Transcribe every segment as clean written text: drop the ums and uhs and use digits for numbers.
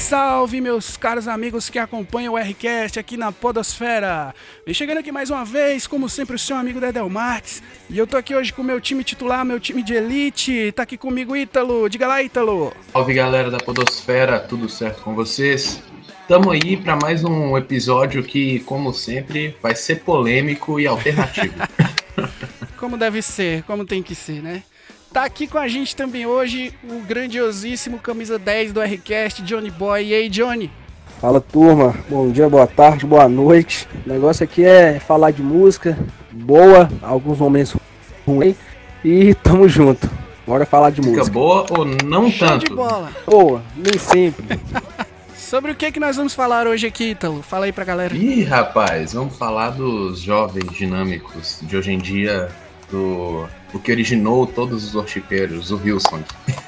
salve, meus caros amigos que acompanham o Rcast aqui na Podosfera. Vem chegando aqui mais uma vez, como sempre, o seu amigo Dedel Marques. E eu tô aqui hoje com o meu time titular, meu time de elite. Tá aqui comigo Ítalo. Diga lá, Ítalo. Salve, galera da Podosfera, tudo certo com vocês? Tamo aí para mais um episódio que, como sempre, vai ser polêmico e alternativo. Como deve ser, como tem que ser, né? Tá aqui com a gente também hoje o grandiosíssimo camisa 10 do Rcast, Johnny Boy. E aí, Johnny? Fala, turma. Bom dia, boa tarde, boa noite. O negócio aqui é falar de música boa, alguns momentos ruins, e tamo junto. Bora falar de música. Fica boa ou não Show tanto? de bola. Boa, nem sempre. Sobre o que nós vamos falar hoje aqui, Ítalo? Fala aí pra galera. Ih, rapaz, vamos falar dos jovens dinâmicos de hoje em dia, o que originou todos os worshipeiros, o Hillsong.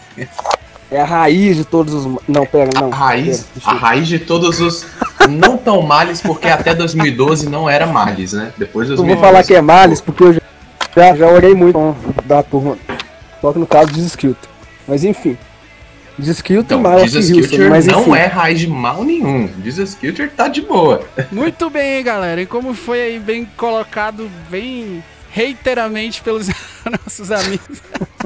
É a raiz de todos os... Não, pera, não. A raiz de todos os não tão males, porque até 2012 não era males, né? Depois de 2012. Eu vou falar que é males, porque eu já orei muito da turma. Só que no caso, Disskilter. Mas enfim. Disskilter então, mal que Hillsong, mas não enfim. é raiz de mal nenhum. Disskilter tá de boa. Muito bem, galera. E como foi aí bem colocado, bem reiteramente pelos nossos amigos.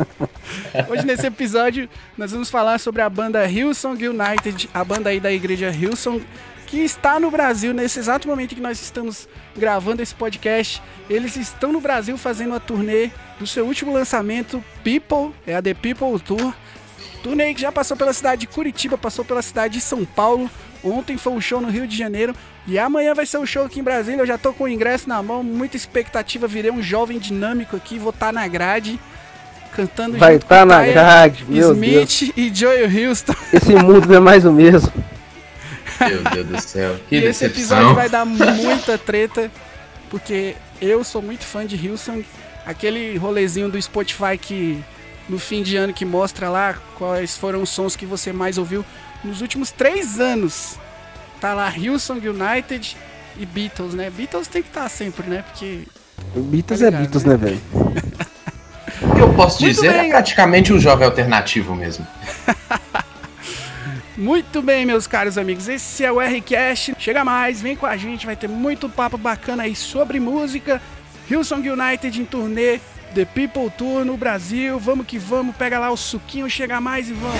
Hoje nesse episódio nós vamos falar sobre a banda Hillsong United, a banda aí da igreja Hillsong, que está no Brasil nesse exato momento que nós estamos gravando esse podcast. Eles estão no Brasil fazendo a turnê do seu último lançamento, People, é a The People Tour. Turnê que já passou pela cidade de Curitiba, passou pela cidade de São Paulo. Ontem foi um show no Rio de Janeiro e amanhã vai ser um show aqui em Brasília. Eu já tô com o ingresso na mão, muita expectativa. Virei um jovem dinâmico aqui, vou estar na grade, cantando vai junto estar com na Tyler, grade, meu Smith Deus. e Joey Houston. Esse mundo não é mais o mesmo. Meu Deus do céu, que E esse episódio decepção. vai dar muita treta, porque eu sou muito fã de Hillsong. Aquele rolezinho do Spotify que no fim de ano que mostra lá quais foram os sons que você mais ouviu nos últimos 3 anos. Tá lá Hillsong United e Beatles, né? Beatles tem que estar sempre, né? Porque... Beatles Tá é ligado, Beatles, né? né, velho? O que eu posso Muito dizer bem. é praticamente um jovem alternativo mesmo. Muito bem, meus caros amigos, esse é o Rcast. Chega mais, vem com a gente, vai ter muito papo bacana aí sobre música. Hillsong United em turnê, The People Tour no Brasil. Vamos que vamos, pega lá o suquinho, chega mais e vamos.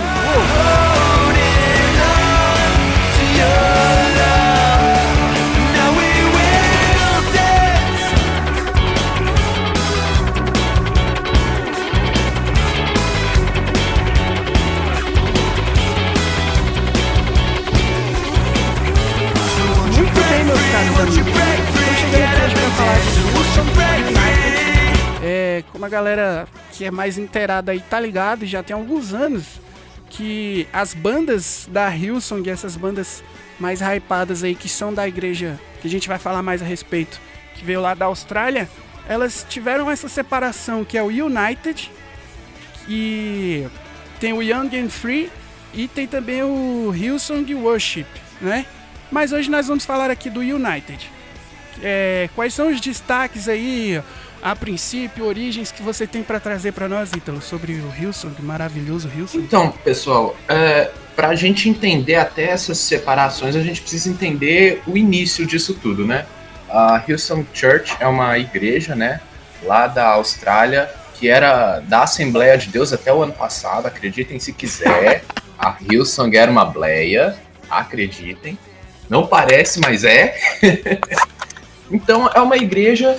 Muito bem, meus caros amigos. Estamos chegando aqui hoje para falar de Hillsong United. Como a galera que é mais inteirada aí tá ligado, já tem alguns anos que as bandas da Hillsong, essas bandas mais hypadas aí que são da igreja, que a gente vai falar mais a respeito, que veio lá da Austrália, elas tiveram essa separação que é o United, e tem o Young and Free e tem também o Hillsong Worship, né? Mas hoje nós vamos falar aqui do United. Quais são os destaques aí, a princípio, origens que você tem para trazer para nós, Ítalo, sobre o Hillsong, maravilhoso Hillsong? Então, pessoal, pra gente entender até essas separações, a gente precisa entender o início disso tudo, né? A Hillsong Church é uma igreja, né, lá da Austrália, que era da Assembleia de Deus até o ano passado, acreditem se quiser. A Hillsong era uma bleia, acreditem. Não parece, mas é. Então, é uma igreja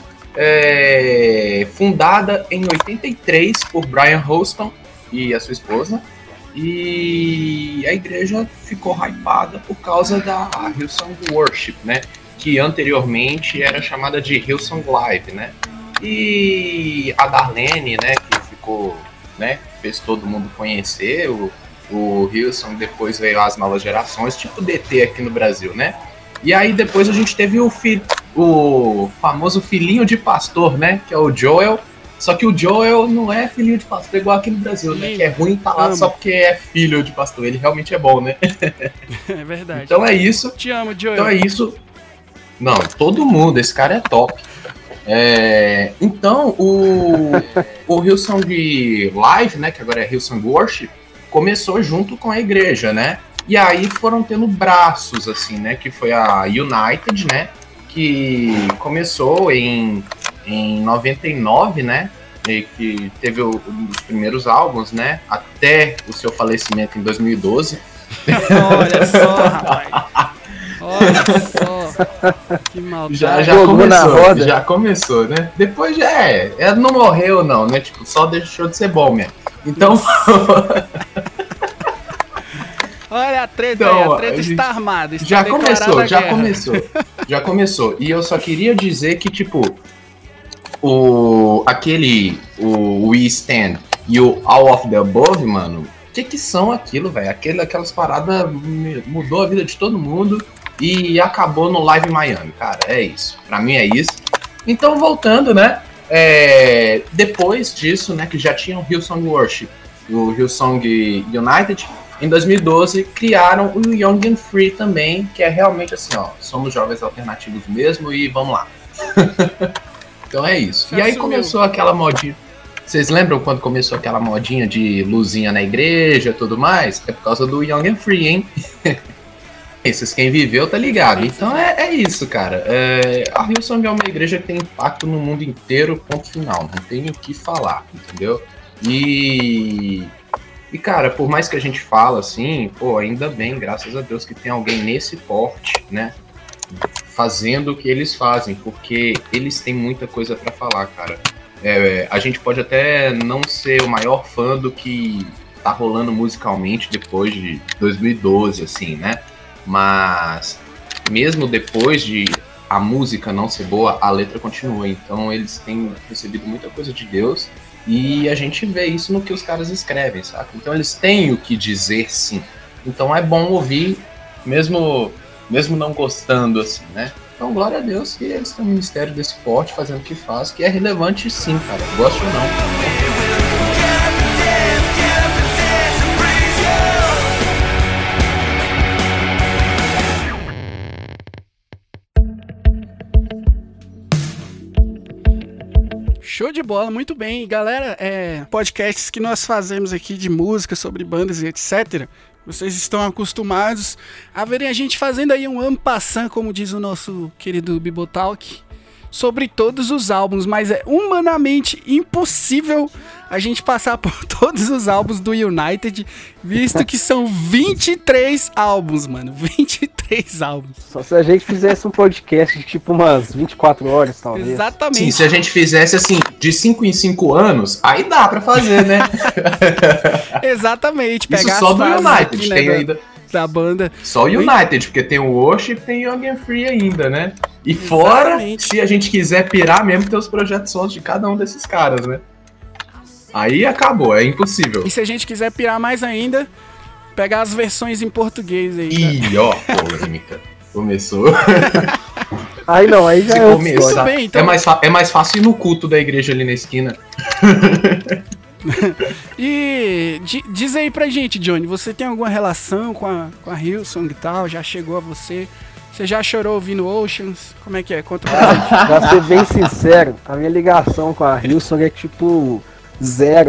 fundada em 83 por Brian Houston e a sua esposa. E a igreja ficou hypada por causa da Hillsong Worship, né? Que anteriormente era chamada de Hillsong Live, né? E a Darlene, né, que ficou, né, fez todo mundo conhecer o Hillsong, depois veio as novas gerações, tipo DT aqui no Brasil, né? E aí depois a gente teve o famoso filhinho de pastor, né, que é o Joel. Só que o Joel não é filhinho de pastor igual aqui no Brasil, né? Que é ruim tá lá só porque é filho de pastor. Ele realmente é bom, né? É verdade. Então é isso. Te amo, Joel. Então é isso. Não, todo mundo, esse cara é top. Então, o Hillsong Live, né, que agora é Hillsong Worship, começou junto com a igreja, né? E aí foram tendo braços, assim, né? Que foi a United, né? Que começou em 99, né? E que teve um dos primeiros álbuns, né? Até o seu falecimento em 2012. Olha só, rapaz. Olha só. Que maldade. Já começou, né? Depois já não morreu não, né? Tipo, só deixou de ser bom mesmo. Então... Olha a treta aí, a treta está armada. Está já começou. E eu só queria dizer que, tipo, o We Stand e o All of the Above, mano, o que são aquilo, velho? Aquelas paradas mudou a vida de todo mundo e acabou no Live Miami, cara, é isso. Pra mim é isso. Então, voltando, né, depois disso, né, que já tinha o Hillsong Worship, o Hillsong United, em 2012 criaram o Young and Free também, que é realmente assim, ó, somos jovens alternativos mesmo e vamos lá. Então é isso. E aí começou aquela modinha. Vocês lembram quando começou aquela modinha de luzinha na igreja e tudo mais? É por causa do Young and Free, hein? Esses quem viveu tá ligado. Então é isso, cara. A Hillsong é uma igreja que tem impacto no mundo inteiro, ponto final. Não tem o que falar, entendeu? E cara, por mais que a gente fala assim, pô, ainda bem, graças a Deus, que tem alguém nesse porte, né? Fazendo o que eles fazem, porque eles têm muita coisa pra falar, cara. A gente pode até não ser o maior fã do que tá rolando musicalmente depois de 2012, assim, né? Mas mesmo depois de a música não ser boa, a letra continua. Então eles têm recebido muita coisa de Deus e a gente vê isso no que os caras escrevem, saca? Então eles têm o que dizer, sim. Então é bom ouvir, mesmo não gostando, assim, né? Então, glória a Deus que eles têm um ministério desse porte fazendo o que faz, que é relevante sim, cara. Gosto ou não. Show de bola, muito bem. Galera, podcasts que nós fazemos aqui de música, sobre bandas e etc., vocês estão acostumados a verem a gente fazendo aí um en passant, como diz o nosso querido Bibotalk, sobre todos os álbuns, mas é humanamente impossível a gente passar por todos os álbuns do United, visto que são 23 álbuns, mano, 23 álbuns. Só se a gente fizesse um podcast de tipo umas 24 horas, talvez. Exatamente. Sim, se a gente fizesse assim, de 5 em 5 anos, aí dá pra fazer, né? Exatamente. Isso só do United, aqui, né, tem ainda... da banda. Só o United, porque tem o Worship e tem o Young and Free ainda, né? E fora, se a gente quiser pirar mesmo, tem os projetos solos de cada um desses caras, né? Aí acabou, é impossível. E se a gente quiser pirar mais ainda, pegar as versões em português aí. Ih, ó, polêmica. Começou. Aí não, aí já começa, bem, então... é mais fácil ir no culto da igreja ali na esquina. E diz aí pra gente, Johnny, você tem alguma relação com a Hillsong e tal? Já chegou a você? Você já chorou ouvindo Oceans? Como é que é? Conta pra gente. Pra ser bem sincero, a minha ligação com a Hillsong é tipo 0.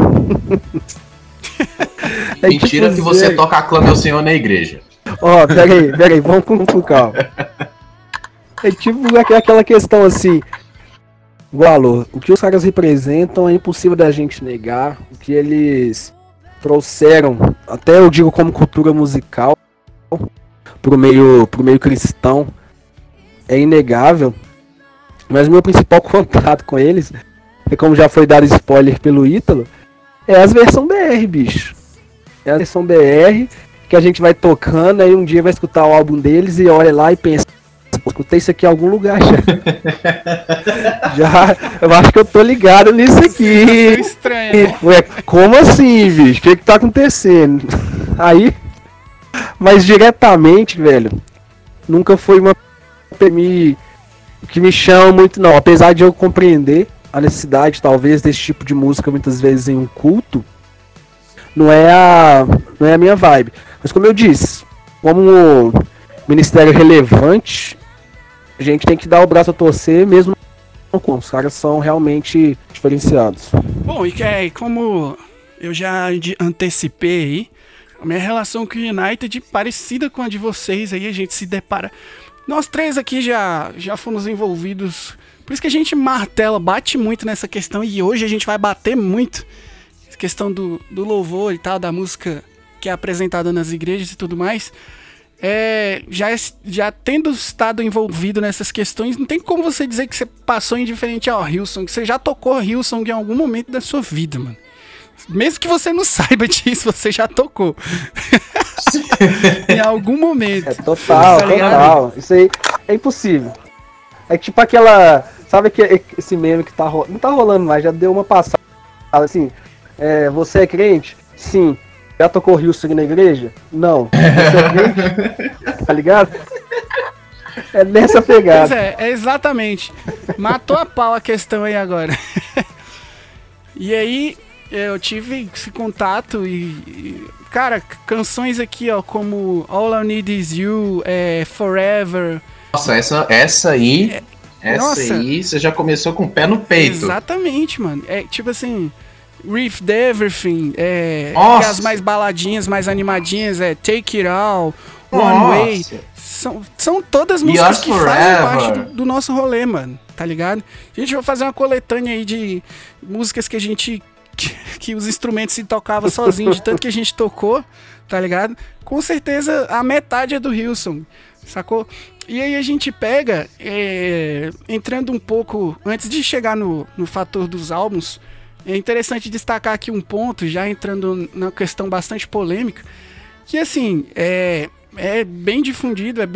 Mentira tipo que você toca Aclame ao Senhor na igreja. Ó, peraí, vamos com calma. É tipo aquela questão assim, valor, o que os caras representam é impossível da gente negar, o que eles trouxeram, até eu digo como cultura musical, pro meio cristão, é inegável, mas o meu principal contato com eles, é como já foi dado spoiler pelo Ítalo, é as versões BR, bicho. É a versão BR que a gente vai tocando, aí um dia vai escutar o álbum deles e olha lá e pensa, escutei isso aqui em algum lugar já. Eu acho que eu tô ligado nisso aqui. Estranho. Ué, como assim, bicho? O que tá acontecendo? Aí, mas diretamente, velho, nunca foi uma que me chama muito, não. Apesar de eu compreender a necessidade, talvez, desse tipo de música, muitas vezes em um culto, não é a minha vibe. Mas como eu disse, como ministério relevante, a gente tem que dar o braço a torcer, mesmo com os caras são realmente diferenciados. Bom, e como eu já antecipei aí, A minha relação com o United parecida com a de vocês, aí a gente se depara. Nós três aqui já fomos envolvidos, por isso que a gente bate muito nessa questão, e hoje a gente vai bater muito essa questão do louvor e tal, da música que é apresentada nas igrejas e tudo mais. Já tendo estado envolvido nessas questões, não tem como você dizer que você passou indiferente ao Hillsong, que você já tocou Hillsong em algum momento da sua vida, mano. Mesmo que você não saiba disso, você já tocou. Em algum momento. Total. Isso aí é impossível. É tipo aquela... Sabe esse meme que não tá rolando mais, já deu uma passada. Assim, você é crente? Sim. Já tocou Hillsong na igreja? Não. Você é crente? Tá ligado? É nessa pegada. Pois exatamente. Matou a pau a questão aí agora. E aí... eu tive esse contato e, cara, canções aqui, ó, como All I Need Is You, Forever. Nossa, essa aí você já começou com o pé no peito. Exatamente, mano. Tipo assim, With Everything, as mais baladinhas, mais animadinhas, Take It All, One Way. São todas músicas que fazem parte do nosso rolê, mano, tá ligado? A gente vai fazer uma coletânea aí de músicas que os instrumentos se tocavam sozinhos, de tanto que a gente tocou, tá ligado? Com certeza a metade é do Hillsong, sacou? E aí a gente pega, entrando um pouco, antes de chegar no fator dos álbuns, é interessante destacar aqui um ponto, já entrando na questão bastante polêmica, que assim, é bem difundido, é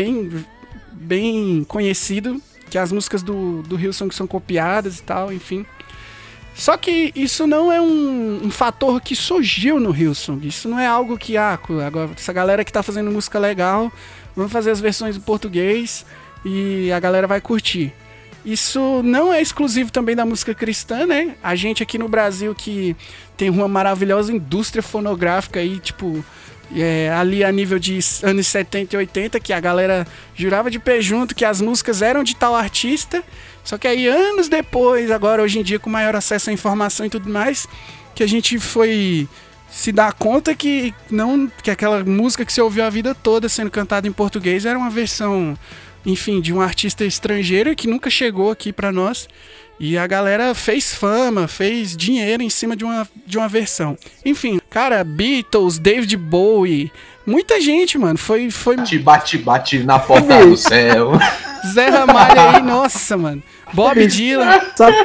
bem conhecido, que as músicas do Hillsong são copiadas e tal, enfim. Só que isso não é um fator que surgiu no Hillsong. Isso não é algo que, agora essa galera que tá fazendo música legal, vamos fazer as versões em português e a galera vai curtir. Isso não é exclusivo também da música cristã, né? A gente aqui no Brasil que tem uma maravilhosa indústria fonográfica aí, tipo, ali a nível de anos 70 e 80, que a galera jurava de pé junto que as músicas eram de tal artista. Só que aí, anos depois, agora hoje em dia com maior acesso à informação e tudo mais, que a gente foi se dar conta que aquela música que você ouviu a vida toda sendo cantada em português era uma versão, enfim, de um artista estrangeiro que nunca chegou aqui pra nós. E a galera fez fama, fez dinheiro em cima de uma versão. Enfim, cara, Beatles, David Bowie, muita gente, mano, foi... Bate na porta do céu. Zé Ramalho aí, nossa, mano. Bob Dylan.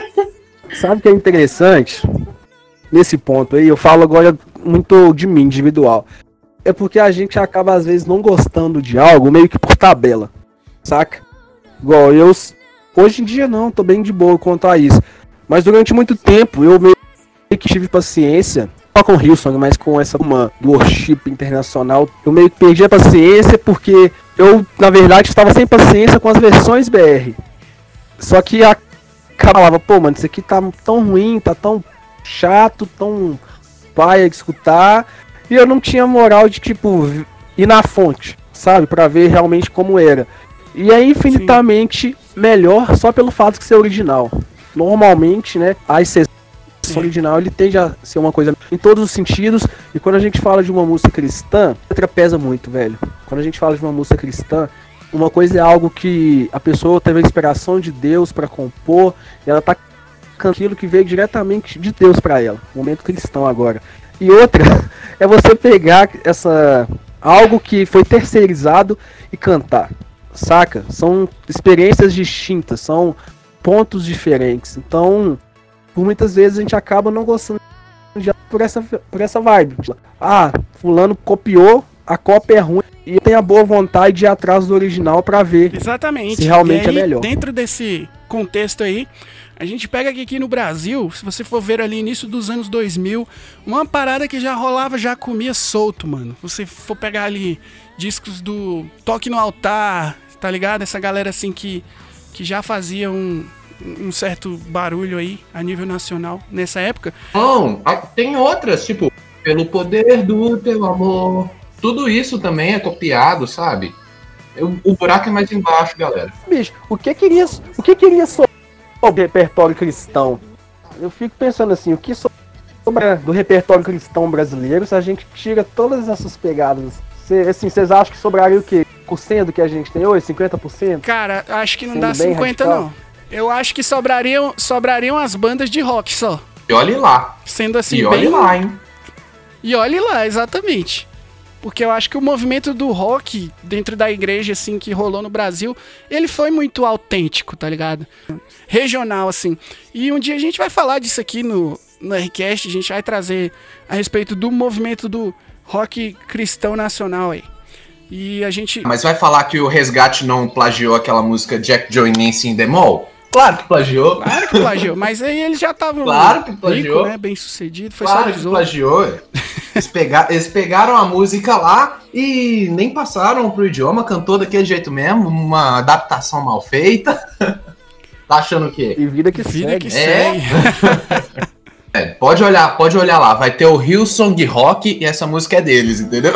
Sabe o que é interessante? Nesse ponto aí, eu falo agora muito de mim, individual. É porque a gente acaba, às vezes, não gostando de algo meio que por tabela, saca? Igual eu... Hoje em dia não, tô bem de boa quanto a isso. Mas durante muito tempo eu meio que tive paciência, não com o Hillsong, mas com essa do worship internacional. Eu meio que perdi a paciência porque eu, na verdade, estava sem paciência com as versões BR. Só que falava, pô, mano, isso aqui tá tão ruim, tá tão chato, tão paia de escutar. E eu não tinha moral de, tipo, ir na fonte, sabe? Pra ver realmente como era. E é infinitamente melhor só pelo fato de ser original. Normalmente, né, a exceção original, ele tende a ser uma coisa em todos os sentidos. E quando a gente fala de uma música cristã, a letra pesa muito, velho. Quando a gente fala de uma música cristã, uma coisa é algo que a pessoa teve a inspiração de Deus para compor, e ela tá cantando aquilo que veio diretamente de Deus para ela. Momento cristão agora. E outra é você pegar algo que foi terceirizado e cantar. Saca? São experiências distintas, são pontos diferentes. Então, por muitas vezes a gente acaba não gostando por essa vibe. Fulano copiou, a cópia é ruim e tem a boa vontade de ir atrás do original pra ver. Exatamente. Se realmente aí, é melhor. Dentro desse contexto aí, a gente pega aqui no Brasil, se você for ver ali início dos anos 2000, uma parada que já rolava, já comia solto, mano. Você for pegar ali discos do Toque no Altar, tá ligado? Essa galera assim que já fazia um certo barulho aí a nível nacional nessa época. Não, tem outras, tipo, Pelo Poder do Teu Amor. Tudo isso também é copiado, sabe? O buraco é mais embaixo, galera. Bicho, o que queria sobre o repertório cristão? Eu fico pensando assim, o que do repertório cristão brasileiro, se a gente tira todas essas pegadas, vocês acham que sobraria o quê? Por cento do que a gente tem hoje? 50%? Cara, acho que não dá 50% não. Eu acho que sobrariam as bandas de rock só. E olhe lá. Sendo assim, e olhe lá, hein? E olhe lá, exatamente. Porque eu acho que o movimento do rock dentro da igreja, assim, que rolou no Brasil, ele foi muito autêntico, tá ligado? Regional, assim. E um dia a gente vai falar disso aqui no Rcast, a gente vai trazer a respeito do movimento do rock cristão nacional aí. E a gente... Mas vai falar que o Resgate não plagiou aquela música Jack, Joe e Nancy in the Mall? Claro que plagiou. Claro que plagiou, mas aí eles já estavam claro que plagiou. Rico, né? Bem sucedido, foi claro só que plagiou. Eles pegaram a música lá e nem passaram pro idioma, cantou daquele jeito mesmo, uma adaptação mal feita. Tá achando o quê? E vida que segue. Pode olhar lá, vai ter o Hillsong Rock e essa música é deles, entendeu?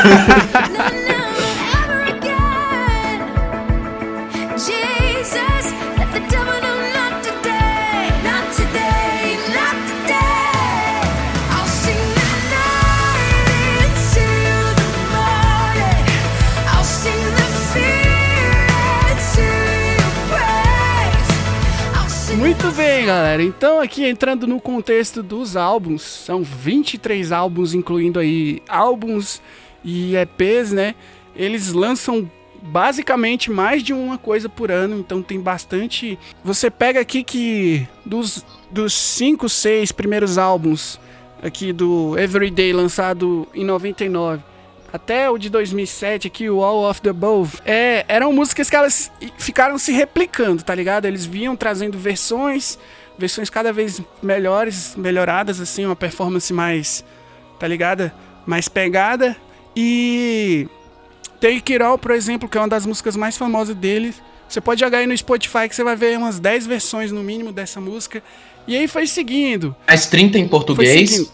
Muito bem, galera. Então, aqui entrando no contexto dos álbuns, são 23 álbuns, incluindo aí álbuns e EPs, né? Eles lançam basicamente mais de uma coisa por ano, então tem bastante. Você pega aqui que dos 5, 6 primeiros álbuns aqui do Everyday, lançado em 99, até o de 2007 aqui, o All of the Above, eram músicas que elas ficaram se replicando, tá ligado? Eles vinham trazendo versões cada vez melhoradas, assim, uma performance mais, tá ligado? Mais pegada. E Take It All, por exemplo, que é uma das músicas mais famosas deles, você pode jogar aí no Spotify que você vai ver umas 10 versões no mínimo dessa música. E aí foi seguindo. Mais 30 em português.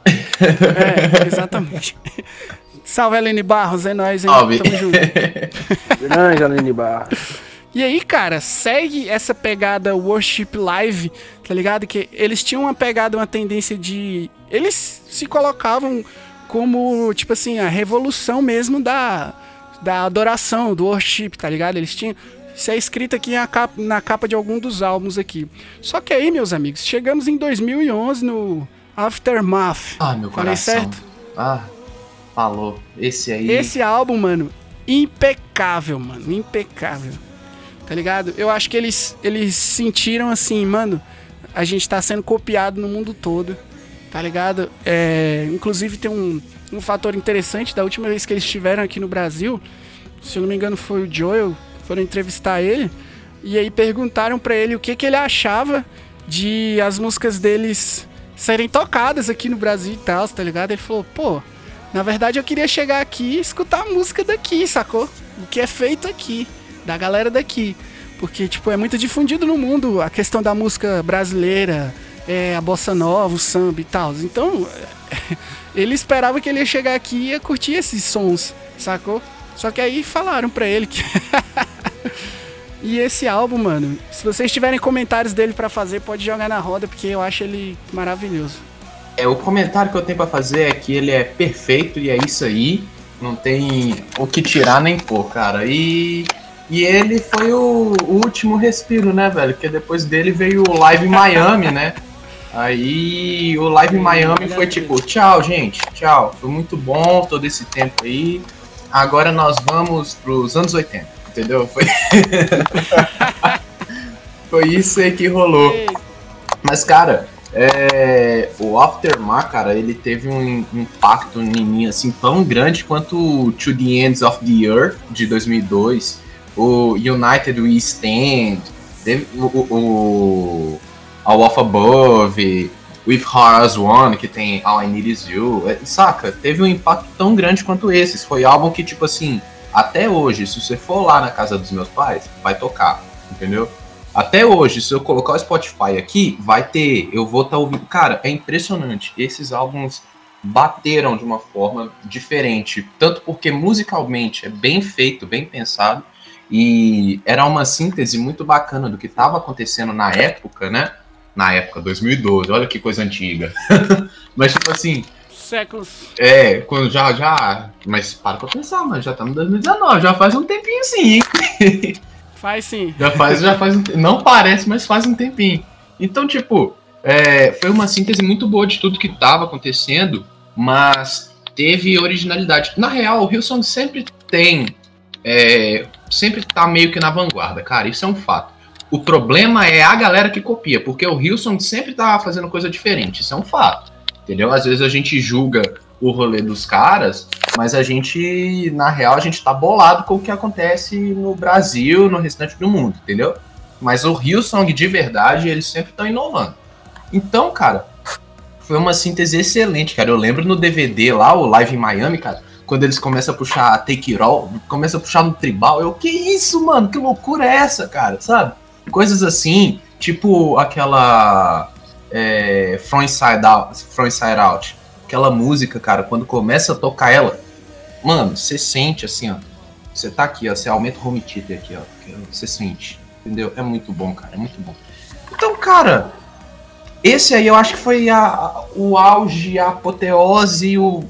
Exatamente. Salve, Aline Barros, é nóis, hein? Salve. Tamo junto. Grande Aline Barros. E aí, cara, segue essa pegada worship live, tá ligado? Que eles tinham uma pegada, uma tendência de... Eles se colocavam como, tipo assim, a revolução mesmo da adoração, do worship, tá ligado? Eles tinham... Isso é escrito aqui na capa de algum dos álbuns aqui. Só que aí, meus amigos, chegamos em 2011 no Aftermath. Ah, meu Falei coração. certo? Falou. Esse aí... Esse álbum, mano, impecável, mano. Impecável. Tá ligado? Eu acho que eles sentiram assim, mano, a gente tá sendo copiado no mundo todo. Tá ligado? Inclusive tem um fator interessante. Da última vez que eles estiveram aqui no Brasil, se eu não me engano foi o Joel, foram entrevistar ele. E aí perguntaram pra ele o que ele achava de as músicas deles serem tocadas aqui no Brasil e tal, tá ligado? Ele falou, pô, na verdade eu queria chegar aqui e escutar a música daqui, sacou? O que é feito aqui, da galera daqui. Porque, tipo, é muito difundido no mundo a questão da música brasileira, a bossa nova, o samba e tal. Então, ele esperava que ele ia chegar aqui e ia curtir esses sons, sacou? Só que aí falaram pra ele que... E esse álbum, mano, se vocês tiverem comentários dele pra fazer, pode jogar na roda, porque eu acho ele maravilhoso. O comentário que eu tenho pra fazer é que ele é perfeito e é isso aí. Não tem o que tirar nem pôr, cara. E ele foi o último respiro, né, velho? Porque depois dele veio o Live Miami, né? Aí o Live Miami foi tipo, tchau, gente, tchau. Foi muito bom todo esse tempo aí. Agora nós vamos pros anos 80, entendeu? Foi isso aí que rolou. Mas, cara... o Aftermath, cara, ele teve um impacto em mim assim tão grande quanto o To The Ends of the Earth de 2002, o United We Stand, teve o All of Above, With Heart As One, que tem All I Need Is You, saca? Teve um impacto tão grande quanto esses. Foi álbum que, tipo assim, até hoje, se você for lá na casa dos meus pais, vai tocar, entendeu? Até hoje, se eu colocar o Spotify aqui, vai ter, eu vou estar ouvindo. Cara, é impressionante. Esses álbuns bateram de uma forma diferente. Tanto porque musicalmente é bem feito, bem pensado. E era uma síntese muito bacana do que estava acontecendo na época, né? Na época, 2012, olha que coisa antiga. Mas tipo assim... Séculos. Quando já... Mas para pra pensar, mano, já estamos em 2019, já faz um tempinho sim, hein? Faz sim. Já faz um tempinho. Não parece, mas faz um tempinho. Então, tipo, foi uma síntese muito boa de tudo que estava acontecendo, mas teve originalidade. Na real, o Hillsong sempre sempre tá meio que na vanguarda, cara, isso é um fato. O problema é a galera que copia, porque o Hillsong sempre tá fazendo coisa diferente, isso é um fato, entendeu? Às vezes a gente julga o rolê dos caras, mas na real, a gente tá bolado com o que acontece no Brasil, no restante do mundo, entendeu? Mas o Hillsong, de verdade, eles sempre estão inovando. Então, cara, foi uma síntese excelente, cara. Eu lembro no DVD lá, o Live em Miami, cara, quando eles começam a puxar Take It All, começam a puxar no tribal, que isso, mano? Que loucura é essa, cara? Sabe? Coisas assim, tipo aquela From Inside Out. Aquela música, cara, quando começa a tocar ela, mano, você sente assim, ó. Você tá aqui, ó, você aumenta o home theater aqui, ó. Você sente, entendeu? É muito bom, cara, é muito bom. Então, cara, esse aí eu acho que foi o auge, a apoteose, o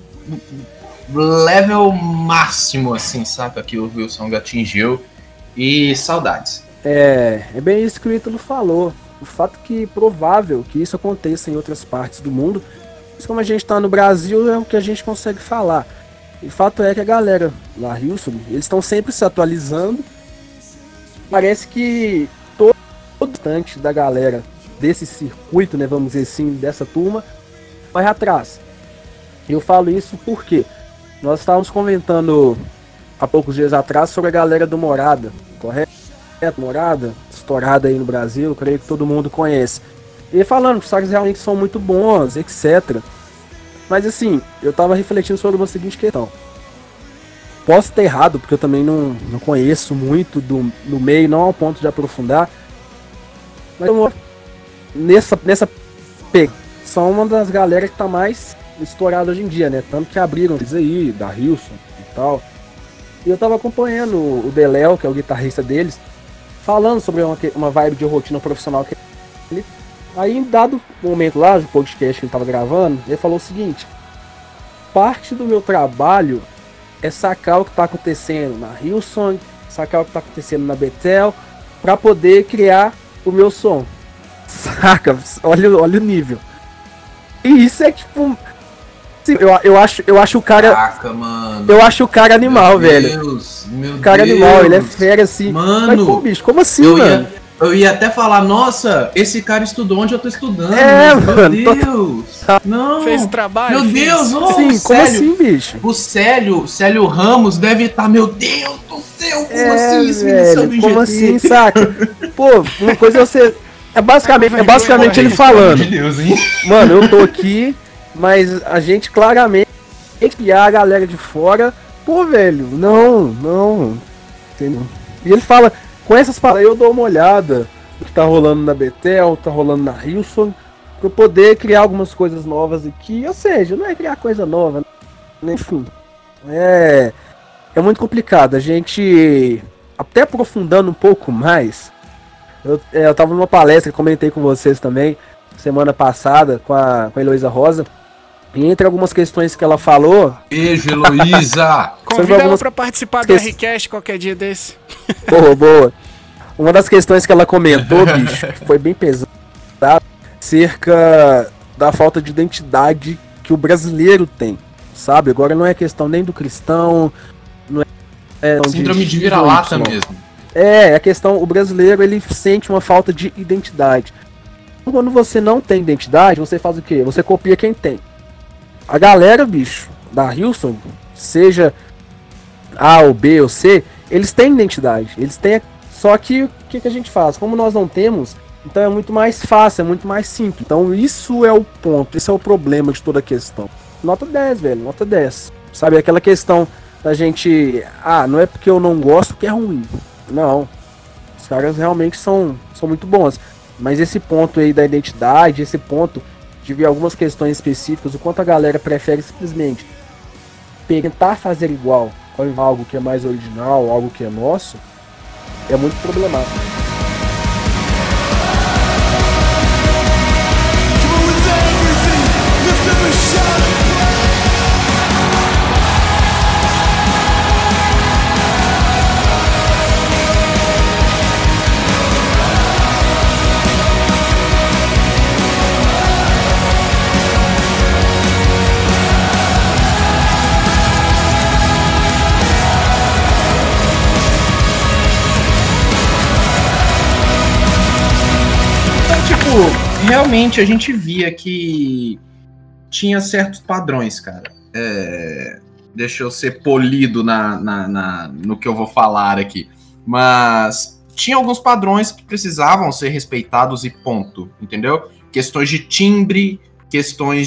level máximo, assim, saca? Que o Hillsong atingiu. E saudades. É bem isso que o Ítalo falou. O fato que é provável que isso aconteça em outras partes do mundo, mas como a gente tá no Brasil, é o que a gente consegue falar. E o fato é que a galera lá, Hillsong, eles estão sempre se atualizando. Parece que todo instante da galera desse circuito, né, vamos dizer assim, dessa turma, vai atrás. Eu falo isso porque nós estávamos comentando há poucos dias atrás sobre a galera do Morada, correto? Morada, estourada aí no Brasil, creio que todo mundo conhece. E falando que os caras realmente são muito bons, etc. Mas assim, eu tava refletindo sobre uma seguinte questão. Posso estar errado, porque eu também não conheço muito do meio, não ao ponto de aprofundar. Mas nessa são uma das galera que tá mais estourada hoje em dia, né? Tanto que abriram eles aí, da Hillsong e tal. E eu tava acompanhando o Deléo, que é o guitarrista deles, falando sobre uma vibe de rotina profissional que ele... Aí, em dado momento lá, do podcast que ele tava gravando, ele falou o seguinte: parte do meu trabalho é sacar o que tá acontecendo na Hillsong, sacar o que tá acontecendo na Bethel, pra poder criar o meu som. Saca? Olha o nível. E isso é tipo... Eu acho o cara... Caraca, mano. Eu acho o cara animal, meu velho. Deus, meu o cara Deus. Animal, ele é fera assim. Mano, mas, pô, bicho, como assim, mano? Eu ia até falar, nossa, esse cara estudou onde eu tô estudando. Mano. Meu Deus. Não. Fez trabalho. Meu Deus, sim, como assim, bicho? O Célio Ramos deve estar, meu Deus do céu, como assim isso velho, como assim, saca? Pô, uma coisa é você... É basicamente ele falando. De Deus, hein? Mano, eu tô aqui, mas a gente claramente e a galera de fora, pô, velho, não. Entendeu? E ele fala, com essas palavras, eu dou uma olhada no que tá rolando na Bethel, tá rolando na Hillsong, pra eu poder criar algumas coisas novas aqui. Ou seja, não é criar coisa nova, né? Enfim. É muito complicado. A gente, até aprofundando um pouco mais, eu tava numa palestra, comentei com vocês também, semana passada, com a Heloísa Rosa. E entre algumas questões que ela falou... Beijo, Heloísa! Convida ela pra participar do Rcast qualquer dia desse. Boa. Uma das questões que ela comentou, bicho, que foi bem pesada, cerca da falta de identidade que o brasileiro tem, sabe? Agora não é questão nem do cristão, não é síndrome de vira-lata mesmo. A questão, o brasileiro, ele sente uma falta de identidade. Quando você não tem identidade, você faz o quê? Você copia quem tem. A galera, bicho, da Hillsong, seja A ou B ou C, eles têm identidade, eles têm. Só que o que a gente faz? Como nós não temos, então é muito mais fácil, é muito mais simples. Então isso é o ponto, esse é o problema de toda a questão. Nota 10, velho, nota 10. Sabe, aquela questão da gente... não é porque eu não gosto que é ruim. Não, os caras realmente são muito bons. Mas esse ponto aí da identidade, esse ponto de ver algumas questões específicas, o quanto a galera prefere simplesmente tentar fazer igual com algo que é mais original, algo que é nosso, é muito problemático. realmente a gente via que tinha certos padrões, cara. Deixa eu ser polido no que eu vou falar aqui. Mas tinha alguns padrões que precisavam ser respeitados e ponto, entendeu? Questões de timbre, questões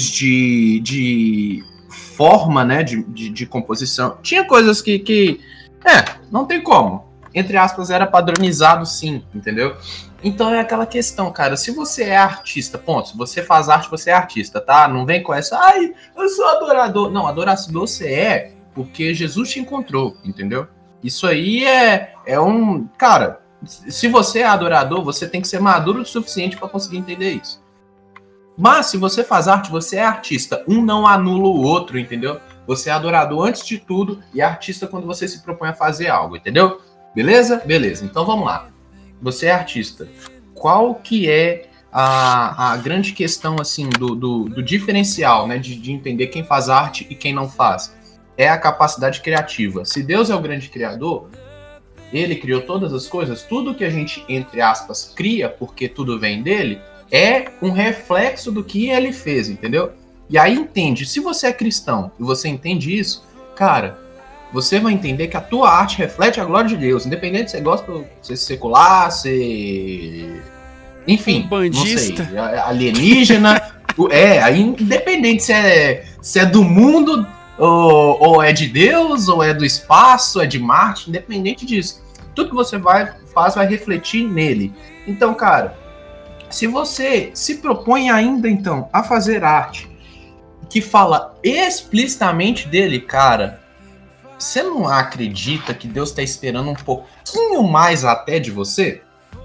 de forma, né, de composição. Tinha coisas que não tem como. Entre aspas, era padronizado sim, entendeu? Então é aquela questão, cara, se você é artista, ponto, se você faz arte, você é artista, tá? Não vem com essa, ai, eu sou adorador. Não, adorador você é porque Jesus te encontrou, entendeu? Isso aí é um... Cara, se você é adorador, você tem que ser maduro o suficiente para conseguir entender isso. Mas se você faz arte, você é artista. Um não anula o outro, entendeu? Você é adorador antes de tudo e artista quando você se propõe a fazer algo, entendeu? Beleza? Beleza. Então vamos lá. Você é artista. Qual que é a grande questão, assim, do diferencial, né? De entender quem faz arte e quem não faz? É a capacidade criativa. Se Deus é o grande criador, ele criou todas as coisas, tudo que a gente, entre aspas, cria, porque tudo vem dele, é um reflexo do que ele fez, entendeu? E aí entende, se você é cristão e você entende isso, cara, você vai entender que a tua arte reflete a glória de Deus, independente se você gosta de ser secular, ser... Enfim, um bandista, não sei, alienígena, aí independente se é do mundo, ou é de Deus, ou é do espaço, é de Marte, independente disso. Tudo que você faz vai refletir nele. Então, cara, se você se propõe ainda, então, a fazer arte que fala explicitamente dele, cara, você não acredita que Deus está esperando um pouquinho mais até de você?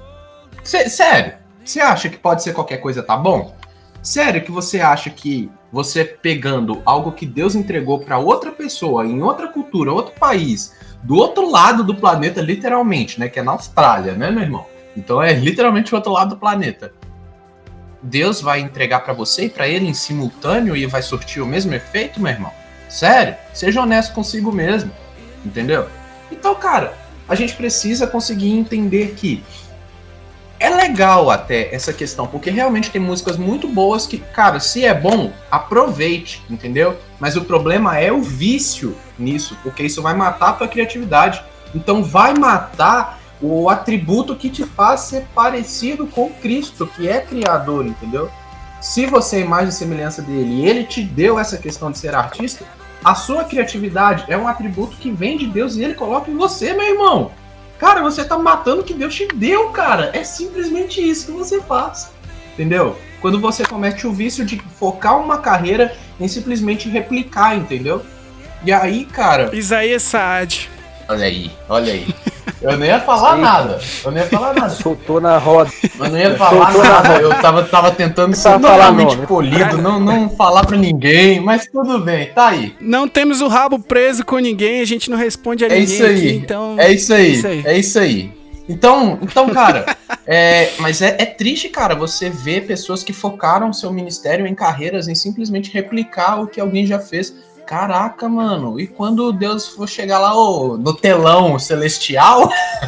Sério? Você acha que pode ser qualquer coisa, tá bom? Sério que você acha que você pegando algo que Deus entregou para outra pessoa, em outra cultura, outro país, do outro lado do planeta, literalmente, né? Que é na Austrália, né, meu irmão? Então é literalmente o outro lado do planeta. Deus vai entregar para você e para ele em simultâneo e vai surtir o mesmo efeito, meu irmão? Sério? Seja honesto consigo mesmo, entendeu? Então, cara, a gente precisa conseguir entender que é legal até essa questão, porque realmente tem músicas muito boas que, cara, se é bom, aproveite, entendeu? Mas o problema é o vício nisso, porque isso vai matar a tua criatividade. Então vai matar o atributo que te faz ser parecido com Cristo, que é criador, entendeu? Se você é imagem e semelhança dele e ele te deu essa questão de ser artista, a sua criatividade é um atributo que vem de Deus e ele coloca em você, meu irmão. Cara, você tá matando o que Deus te deu, cara. É simplesmente isso que você faz, entendeu? Quando você comete o vício de focar uma carreira em simplesmente replicar, entendeu? E aí, cara... Isaías Saad. Olha aí. Eu não ia falar nada. Soltou na roda. Eu não ia falar nada. Eu tava tentando ser totalmente polido, não falar pra ninguém, mas tudo bem, tá aí. Não temos o rabo preso com ninguém, a gente não responde a ninguém. Isso aí. Aqui, então... É isso aí. Então, cara, mas é triste, cara, você ver pessoas que focaram seu ministério em carreiras, em simplesmente replicar o que alguém já fez. Caraca, mano, e quando Deus for chegar lá no telão celestial,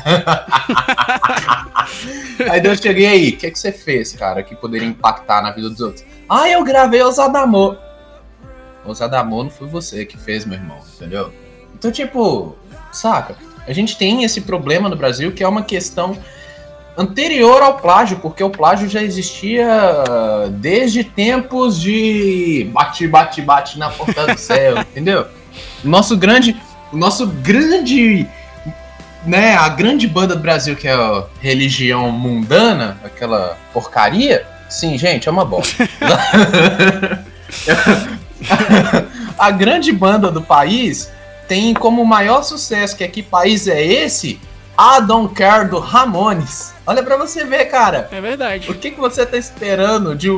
aí Deus chega e aí, o que você fez, cara, que poderia impactar na vida dos outros? Ah, eu gravei Osadamor. Osadamor não foi você que fez, meu irmão, entendeu? Então, tipo, saca? A gente tem esse problema no Brasil que é uma questão anterior ao plágio, porque o plágio já existia desde tempos de bate na porta do céu, entendeu? O nosso grande, né, a grande banda do Brasil, que é a Religião Mundana, aquela porcaria, sim, gente, é uma bosta. A grande banda do país tem como maior sucesso, que país é esse? I Don't Care do Ramones. Olha pra você ver, cara. É verdade. O que você tá esperando de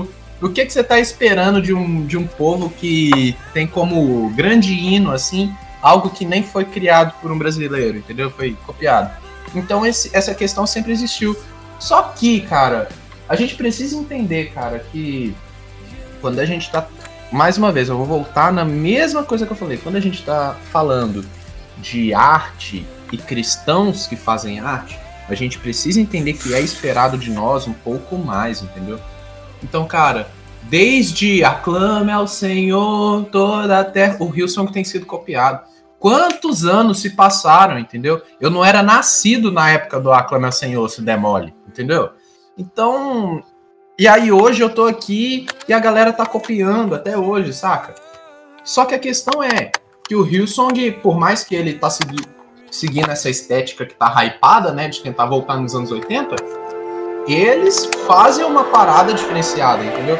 um povo que tem como grande hino, assim, algo que nem foi criado por um brasileiro, entendeu? Foi copiado. Então essa questão sempre existiu. Só que, cara, a gente precisa entender, cara, que quando a gente tá... Mais uma vez, eu vou voltar na mesma coisa que eu falei. Quando a gente tá falando de arte e cristãos que fazem arte, a gente precisa entender que é esperado de nós um pouco mais, entendeu? Então, cara, desde Aclame ao Senhor toda a terra, o Hillsong tem sido copiado. Quantos anos se passaram, entendeu? Eu não era nascido na época do Aclame ao Senhor, se demole, entendeu? Então, e aí hoje eu tô aqui e a galera tá copiando até hoje, saca? Só que a questão é que o Hillsong, por mais que ele tá seguindo essa estética que tá hypada, né, de tentar voltar nos anos 80, eles fazem uma parada diferenciada, entendeu?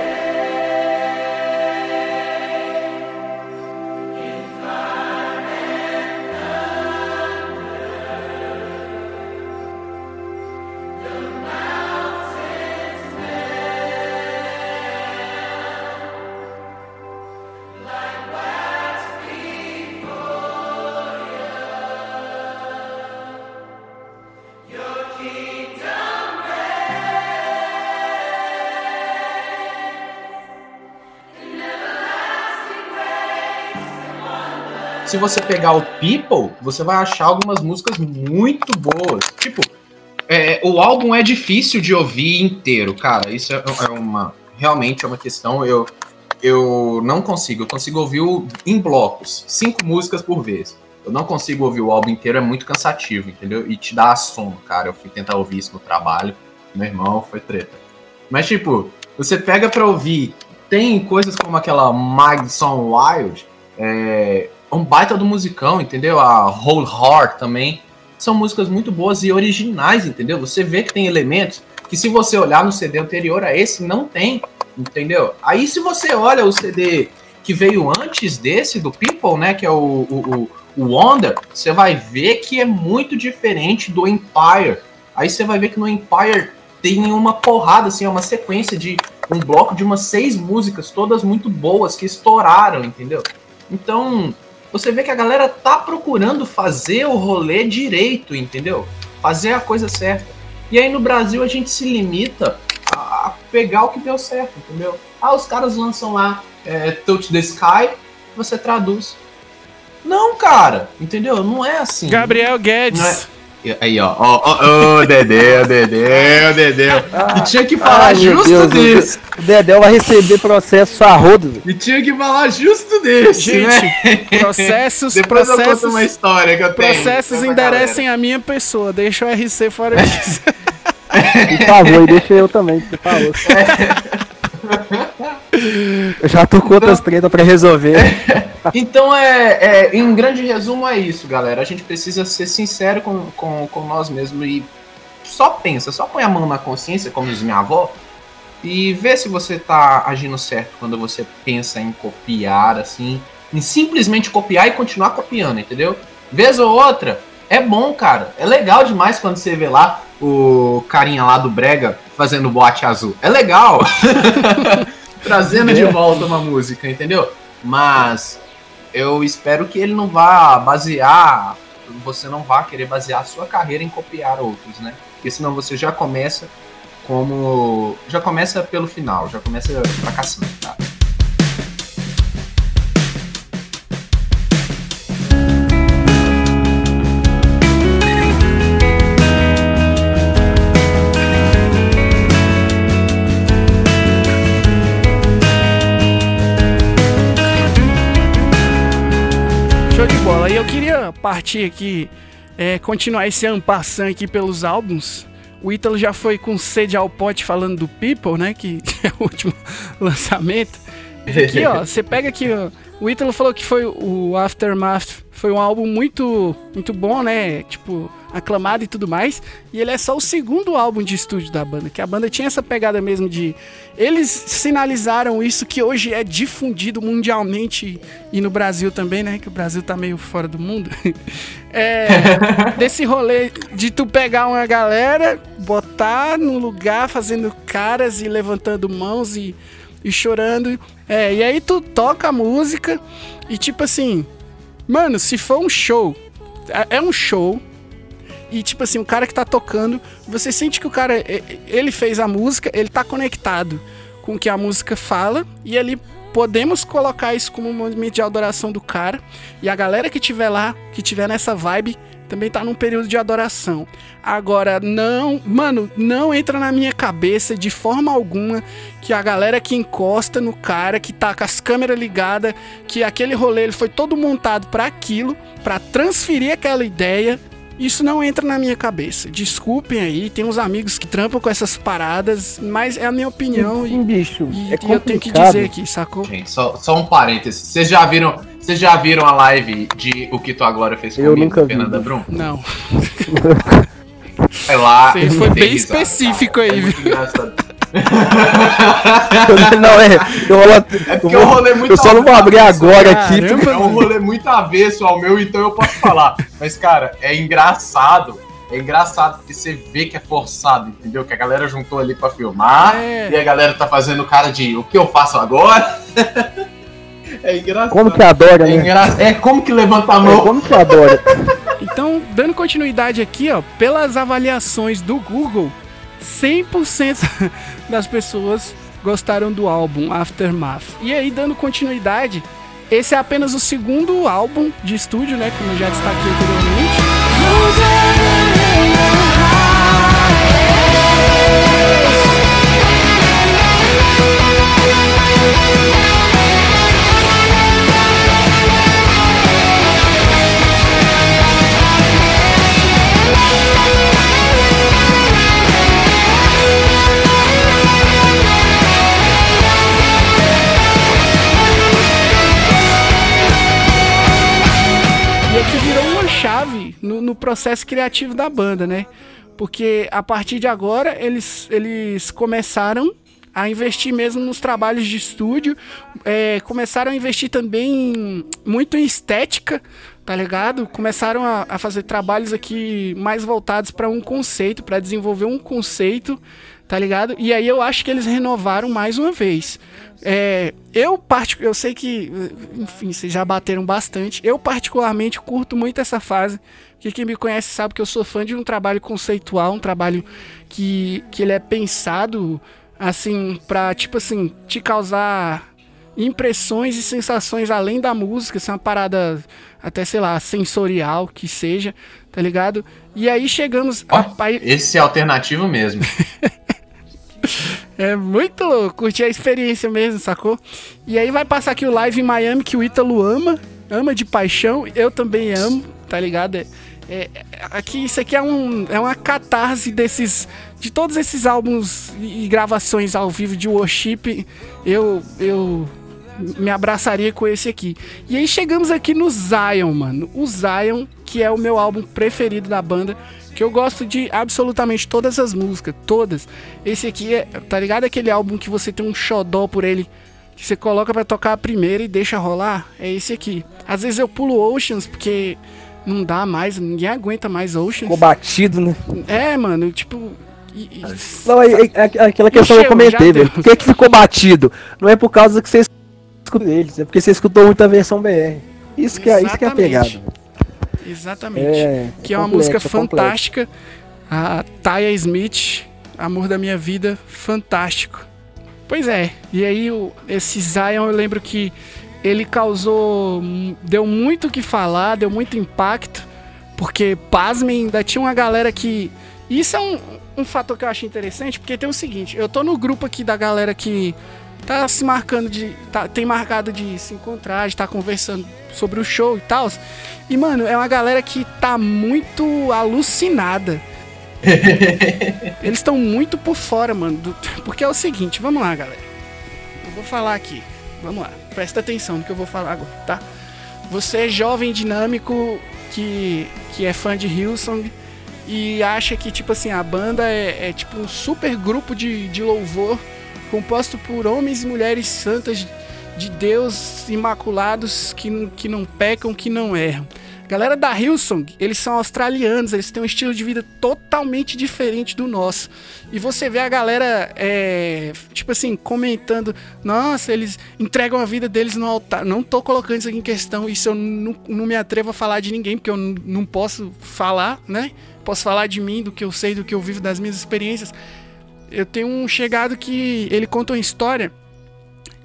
Se você pegar o People, você vai achar algumas músicas muito boas. Tipo, o álbum é difícil de ouvir inteiro, cara. Isso realmente é uma questão. Eu não consigo. Eu consigo ouvir em blocos, 5 músicas por vez. Eu não consigo ouvir o álbum inteiro, é muito cansativo, entendeu? E te dá sono, cara. Eu fui tentar ouvir isso no trabalho. Meu irmão, foi treta. Mas, tipo, você pega pra ouvir. Tem coisas como aquela Madison Wild, um baita do musicão, entendeu? A Whole Heart também. São músicas muito boas e originais, entendeu? Você vê que tem elementos que se você olhar no CD anterior a esse, não tem, entendeu? Aí se você olha o CD que veio antes desse, do People, né? Que é o Wonder, você vai ver que é muito diferente do Empire. Aí você vai ver que no Empire tem uma porrada, assim, uma sequência de um bloco de umas 6 músicas, todas muito boas, que estouraram, entendeu? Então, você vê que a galera tá procurando fazer o rolê direito, entendeu? Fazer a coisa certa. E aí no Brasil a gente se limita a pegar o que deu certo, entendeu? Os caras lançam lá Touch the Sky, você traduz. Não, cara, entendeu? Não é assim. Gabriel Guedes. Aí, ó, Dedéu. E tinha que falar justo desse. O Dedéu vai receber processo a rodo. E tinha que falar justo desse, gente, né? Processos, Depois eu conto uma história que eu tenho. Processos enderecem a minha pessoa, deixa o RC fora disso. Por favor, e deixa eu também, por favor. Eu já tô com outras tretas pra resolver. Então, em grande resumo, é isso, galera. A gente precisa ser sincero com nós mesmos e só põe a mão na consciência, como diz minha avó, e vê se você tá agindo certo quando você pensa em copiar, assim, em simplesmente copiar e continuar copiando, entendeu? Vez ou outra, é bom, cara. É legal demais quando você vê lá o carinha lá do Brega fazendo boate azul. É legal. Trazendo de volta uma música, entendeu? Mas eu espero que ele não vá basear, você não vá querer basear a sua carreira em copiar outros, né? Porque senão você já começa pelo final, já começa fracassando, tá? Show de bola. E eu queria partir aqui, continuar esse ampassando aqui pelos álbuns. O Ítalo já foi com sede ao pote falando do People, né? Que é o último lançamento. Aqui, ó, você pega aqui, ó, o Ítalo falou que foi o Aftermath, foi um álbum muito, muito bom, né? Tipo, aclamado e tudo mais. E ele é só o segundo álbum de estúdio da banda, que a banda tinha essa pegada mesmo de... Eles sinalizaram isso que hoje é difundido mundialmente e no Brasil também, né? Que o Brasil tá meio fora do mundo. Desse rolê de tu pegar uma galera, botar num lugar fazendo caras e levantando mãos e chorando. E aí tu toca a música e tipo assim... Mano, se for um show, é um show, e tipo assim, o cara que tá tocando, você sente que o cara, ele fez a música, ele tá conectado com o que a música fala, e ele podemos colocar isso como um momento de adoração do cara. E a galera que tiver lá, que tiver nessa vibe, também tá num período de adoração. Agora, não entra na minha cabeça de forma alguma que a galera que encosta no cara, que tá com as câmeras ligadas, que aquele rolê ele foi todo montado para aquilo, para transferir aquela ideia. Isso não entra na minha cabeça. Desculpem aí, tem uns amigos que trampam com essas paradas, mas é a minha opinião. Sim, bicho, e é eu tenho que dizer aqui, sacou? Gente, só um parênteses. Vocês já viram a live de O Que Tua Glória Fez Eu Comigo, nunca vi. Fernanda Brum? Não. Vai lá. Você foi bem risada, específico cara. aí, É muito viu? engraçado. Não, porque o rolê é muito eu só não vou abrir agora aqui. Caramba. É um rolê muito avesso ao meu, então eu posso falar. Mas, cara, é engraçado. É engraçado porque você vê que é forçado, entendeu? Que a galera juntou ali pra filmar. É. E a galera tá fazendo cara de o que eu faço agora? É engraçado. Como que adora, né? Como que levanta a mão? Como que adora? Então, dando continuidade aqui, ó, pelas avaliações do Google, 100% das pessoas gostaram do álbum Aftermath. E aí, dando continuidade, esse é apenas o segundo álbum de estúdio, né, como eu já destaquei anteriormente. E aqui virou uma chave no processo criativo da banda, né? Porque a partir de agora eles começaram a investir mesmo nos trabalhos de estúdio, começaram a investir também muito em estética, tá ligado? Começaram a fazer trabalhos aqui mais voltados para um conceito, para desenvolver um conceito, tá ligado? E aí eu acho que eles renovaram mais uma vez. Eu sei que, enfim, vocês já bateram bastante. Eu particularmente curto muito essa fase, porque quem me conhece sabe que eu sou fã de um trabalho conceitual, um trabalho que ele é pensado assim pra, tipo assim, te causar impressões e sensações além da música, assim, uma parada até, sei lá, sensorial que seja, tá ligado? E aí chegamos Esse é alternativo mesmo. É muito louco, curti a experiência mesmo, sacou? E aí vai passar aqui o live em Miami que o Ítalo ama de paixão, eu também amo, tá ligado? Isso aqui é uma catarse de todos esses álbuns e gravações ao vivo de worship, eu me abraçaria com esse aqui. E aí chegamos aqui no Zion, mano. O Zion, que é o meu álbum preferido da banda, que eu gosto de absolutamente todas as músicas, todas. Esse aqui tá ligado? Aquele álbum que você tem um xodó por ele, que você coloca pra tocar a primeira e deixa rolar. É esse aqui. Às vezes eu pulo Oceans, porque não dá mais, ninguém aguenta mais Oceans. Ficou batido, né? Mano, tipo... Não, aquela questão que eu comentei, velho. Por que ficou batido? Não é por causa que você escutou eles, é porque você escutou muito a versão BR. Isso que é a pegada. Exatamente. Que é uma música fantástica. A Taya Smith, Amor da Minha Vida, fantástico. Pois é. E aí esse Zion, eu lembro que ele deu muito o que falar, deu muito impacto, porque, pasmem, ainda tinha uma galera que... Isso é um fator que eu acho interessante, porque tem o seguinte, eu tô no grupo aqui da galera que tá se marcando tem marcado de se encontrar, de tá conversando sobre o show e tal. E, mano, é uma galera que tá muito alucinada. Eles estão muito por fora, mano. Porque é o seguinte, vamos lá, galera. Eu vou falar aqui. Vamos lá, presta atenção no que eu vou falar agora, tá? Você é jovem, dinâmico, que é fã de Hillsong e acha que, tipo assim, a banda é tipo um super grupo de louvor composto por homens e mulheres santas de Deus, imaculados, que não pecam, que não erram. Galera da Hillsong, eles são australianos, eles têm um estilo de vida totalmente diferente do nosso. E você vê a galera, tipo assim, comentando, nossa, eles entregam a vida deles no altar. Não tô colocando isso aqui em questão, isso eu não me atrevo a falar de ninguém, porque eu não posso falar, né? Posso falar de mim, do que eu sei, do que eu vivo, das minhas experiências. Eu tenho um chegado que ele conta uma história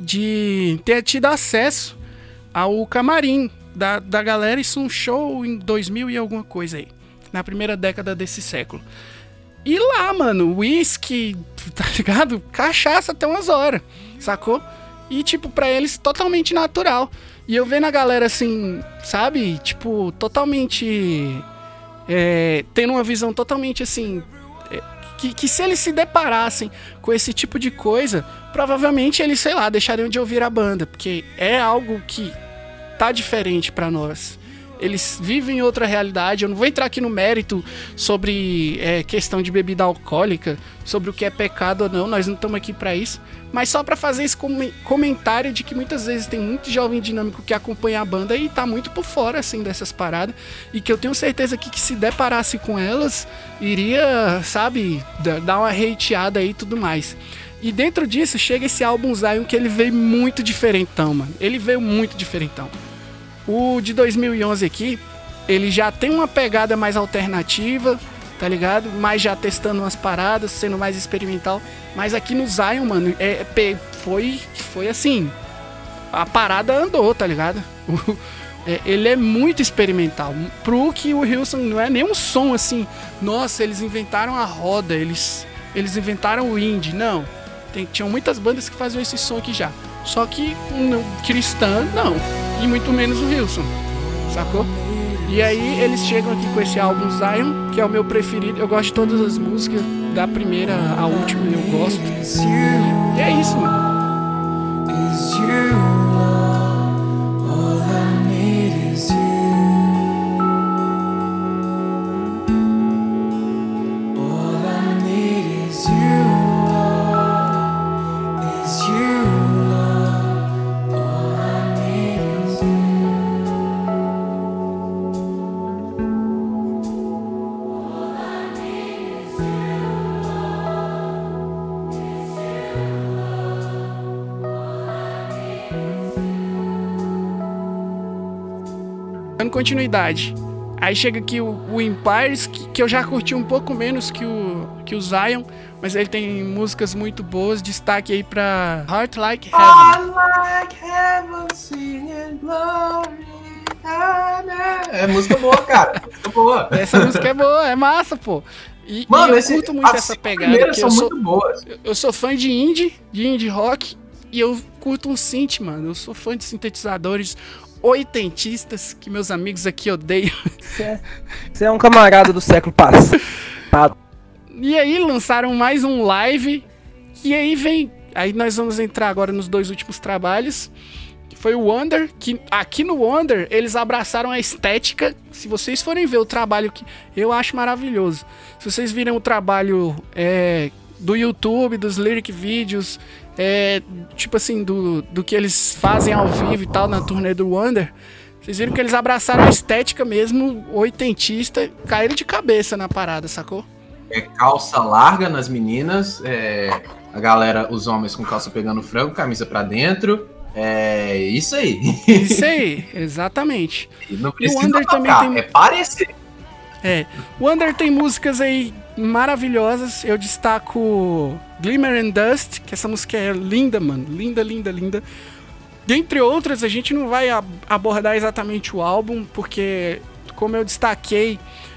de ter tido acesso ao camarim da galera. Isso um show em 2000 e alguma coisa aí, na primeira década desse século. E lá, mano, whisky, tá ligado? Cachaça até umas horas, sacou? E, tipo, pra eles, totalmente natural. E eu vendo a galera, assim, sabe? Tipo, totalmente... tendo uma visão totalmente, assim... Que se eles se deparassem com esse tipo de coisa, provavelmente eles, sei lá, deixariam de ouvir a banda. Porque é algo que tá diferente pra nós. Eles vivem outra realidade. Eu não vou entrar aqui no mérito sobre questão de bebida alcoólica, sobre o que é pecado ou não, nós não estamos aqui para isso. Mas só para fazer esse comentário de que muitas vezes tem muito jovem dinâmico que acompanha a banda e tá muito por fora assim dessas paradas. E que eu tenho certeza que se deparasse com elas, iria, sabe, dar uma hateada aí e tudo mais. E dentro disso chega esse álbum Zion, que ele veio muito diferentão, mano. Ele veio muito diferentão. O de 2011 aqui, ele já tem uma pegada mais alternativa, tá ligado? Mas já testando umas paradas, sendo mais experimental. Mas aqui no Zion, mano, foi assim, a parada andou, tá ligado? Ele é muito experimental. Pro que o Hillsong não é nem um som assim, nossa, eles inventaram a roda, eles inventaram o indie. Não, tinham muitas bandas que faziam esse som aqui já. Só que cristã, não. E muito menos o Hillsong, sacou? E aí eles chegam aqui com esse álbum Zion, que é o meu preferido. Eu gosto de todas as músicas, da primeira à última eu gosto. E é isso, mano. Dando continuidade. Aí chega aqui o Empires, que eu já curti um pouco menos que o Zion, mas ele tem músicas muito boas. Destaque aí pra Heart Like Heaven. Heart like heaven, singing glory. É música boa, cara. Música boa. Essa música é boa, é massa, pô. Mano, eu curto muito essa pegada. São muito boas. Eu sou fã de indie rock, e eu curto um synth, mano. Eu sou fã de sintetizadores oitentistas, que meus amigos aqui odeiam. Você é um camarada do século passado. E aí lançaram mais um live, e aí nós vamos entrar agora nos dois últimos trabalhos, que foi o Wonder, que aqui no Wonder eles abraçaram a estética. Se vocês forem ver o trabalho, que eu acho maravilhoso, se vocês virem o trabalho do YouTube, dos lyric vídeos, tipo assim, do que eles fazem ao vivo e tal na turnê do Wonder, vocês viram que eles abraçaram a estética mesmo oitentista, caíram de cabeça na parada, sacou? Calça larga nas meninas, a galera, os homens com calça pegando frango, camisa pra dentro, isso aí. Isso aí, exatamente. E não precisa o Wonder tocar, também tem... parecer. O Wonder tem músicas aí maravilhosas. Eu destaco Glimmer and Dust, que essa música é linda, mano. Linda, linda, linda. Dentre outras, a gente não vai abordar exatamente o álbum, porque, como eu destaquei,